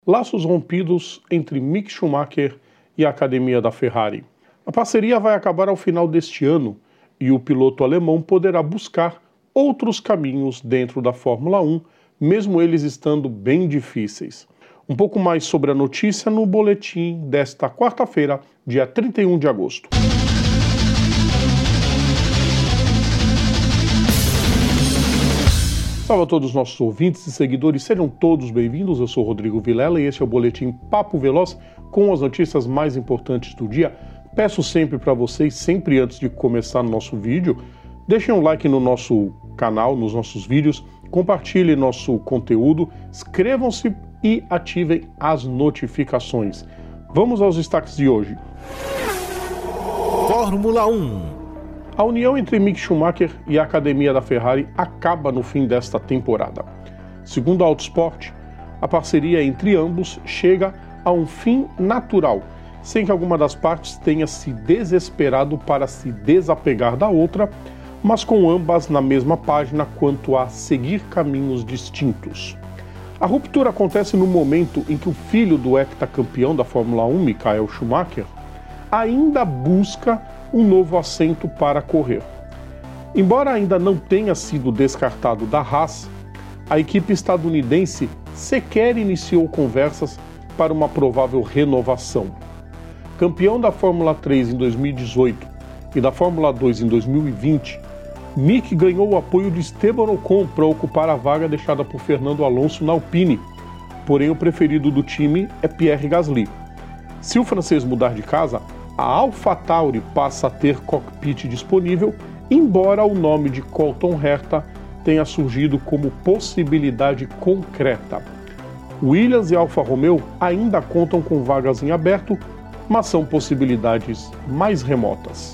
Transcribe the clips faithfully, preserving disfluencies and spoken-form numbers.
Laços rompidos entre Mick Schumacher e a academia da Ferrari. A parceria vai acabar ao final deste ano e o piloto alemão poderá buscar outros caminhos dentro da Fórmula um, mesmo eles estando bem difíceis. Um pouco mais sobre a notícia no boletim desta quarta-feira, dia trinta e um de agosto. Salve a todos os nossos ouvintes e seguidores, sejam todos bem-vindos. Eu sou Rodrigo Vilela e este é o boletim Papo Veloz com as notícias mais importantes do dia. Peço sempre para vocês, sempre antes de começar o nosso vídeo, deixem um like no nosso canal, nos nossos vídeos, compartilhem nosso conteúdo, inscrevam-se e ativem as notificações. Vamos aos destaques de hoje. Fórmula um. A união entre Mick Schumacher e a academia da Ferrari acaba no fim desta temporada. Segundo a Autosport, a parceria entre ambos chega a um fim natural, sem que alguma das partes tenha se desesperado para se desapegar da outra, mas com ambas na mesma página quanto a seguir caminhos distintos. A ruptura acontece no momento em que o filho do heptacampeão da Fórmula um, Michael Schumacher, ainda busca um novo assento para correr. Embora ainda não tenha sido descartado da Haas, a equipe estadunidense sequer iniciou conversas para uma provável renovação. Campeão da Fórmula três em dois mil e dezoito e da Fórmula dois em dois mil e vinte, Mick ganhou o apoio de Esteban Ocon para ocupar a vaga deixada por Fernando Alonso na Alpine, porém o preferido do time é Pierre Gasly. Se o francês mudar de casa, a AlphaTauri passa a ter cockpit disponível, embora o nome de Colton Herta tenha surgido como possibilidade concreta. Williams e Alfa Romeo ainda contam com vagas em aberto, mas são possibilidades mais remotas.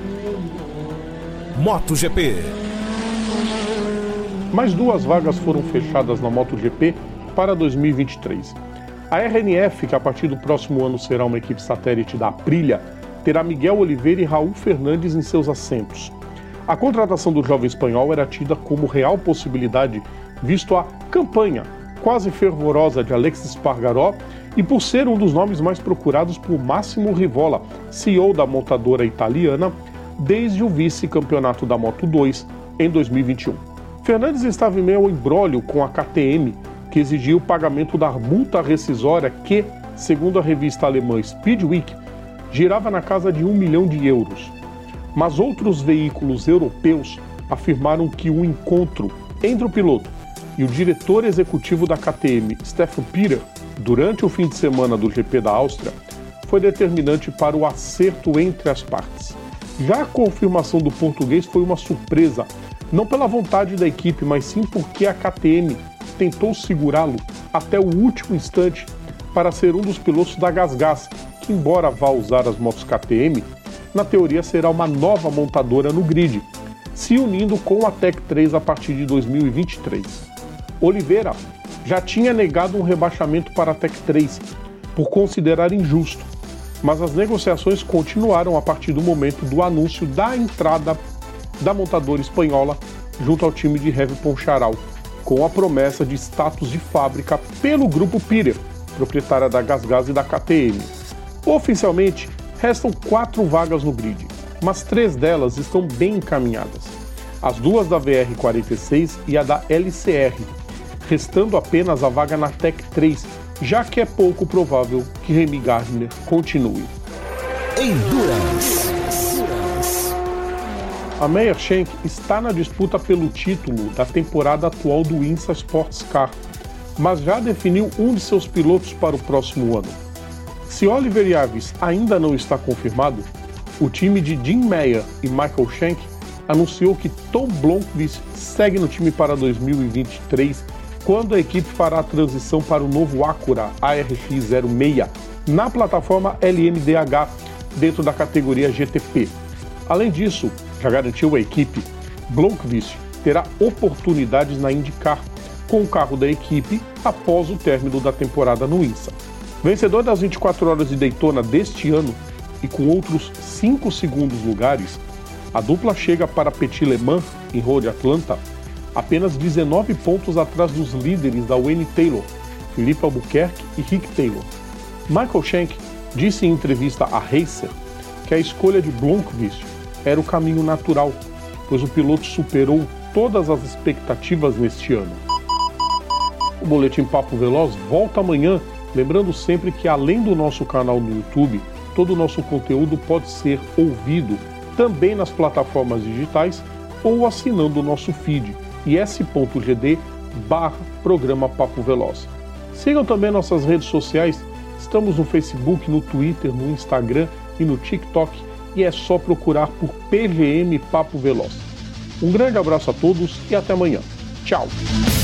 MotoGP. Mais duas vagas foram fechadas na MotoGP para dois mil e vinte e três. A R N F, que a partir do próximo ano será uma equipe satélite da Aprilia, terá Miguel Oliveira e Raul Fernandes em seus assentos. A contratação do jovem espanhol era tida como real possibilidade, visto a campanha quase fervorosa de Aleix Espargaró e por ser um dos nomes mais procurados por Massimo Rivola, C E O da montadora italiana, desde o vice-campeonato da Moto dois em dois mil e vinte e um. Fernandes estava em meio ao imbróglio com a K T M, que exigia o pagamento da multa rescisória que, segundo a revista alemã Speedweek, girava na casa de um milhão de euros. Mas outros veículos europeus afirmaram que o encontro entre o piloto e o diretor executivo da K T M, Stefan Peter, durante o fim de semana do G P da Áustria, foi determinante para o acerto entre as partes. Já a confirmação do português foi uma surpresa, não pela vontade da equipe, mas sim porque a K T M tentou segurá-lo até o último instante para ser um dos pilotos da GasGas, que, embora vá usar as motos K T M, na teoria será uma nova montadora no grid, se unindo com a Tech três a partir de dois mil e vinte e três. Oliveira já tinha negado um rebaixamento para a Tech três, por considerar injusto, mas as negociações continuaram a partir do momento do anúncio da entrada da montadora espanhola junto ao time de Heavy Poncharal, com a promessa de status de fábrica pelo grupo Peter, proprietária da GasGas e da K T M. Oficialmente, restam quatro vagas no grid, mas três delas estão bem encaminhadas. As duas da V R quarenta e seis e a da L C R, restando apenas a vaga na Tech três, já que é pouco provável que Remy Gardner continue. Endurance. A Meyer Shank está na disputa pelo título da temporada atual do IMSA Sports Car, mas já definiu um de seus pilotos para o próximo ano. Se Oliver Jarvis ainda não está confirmado, o time de Jim Meyer e Michael Shank anunciou que Tom Blomqvist segue no time para dois mil e vinte e três, quando a equipe fará a transição para o novo Acura A R X zero seis na plataforma L M D H dentro da categoria G T P. Além disso, já garantiu a equipe, Blomqvist terá oportunidades na IndyCar com o carro da equipe após o término da temporada no IMSA. Vencedor das vinte e quatro horas de Daytona deste ano e com outros cinco segundos lugares, a dupla chega para Petit Le Mans, em Road Atlanta, apenas dezenove pontos atrás dos líderes da Wayne Taylor, Felipe Albuquerque e Rick Taylor. Michael Shank disse em entrevista à Racer que a escolha de Blomqvist era o caminho natural, pois o piloto superou todas as expectativas neste ano. O Boletim Papo Veloz volta amanhã, lembrando sempre que além do nosso canal no YouTube, todo o nosso conteúdo pode ser ouvido também nas plataformas digitais ou assinando o nosso feed, is.gd barra programa Papo Veloz. Sigam também nossas redes sociais, estamos no Facebook, no Twitter, no Instagram e no TikTok, e é só procurar por P G M Papo Veloz. Um grande abraço a todos e até amanhã. Tchau!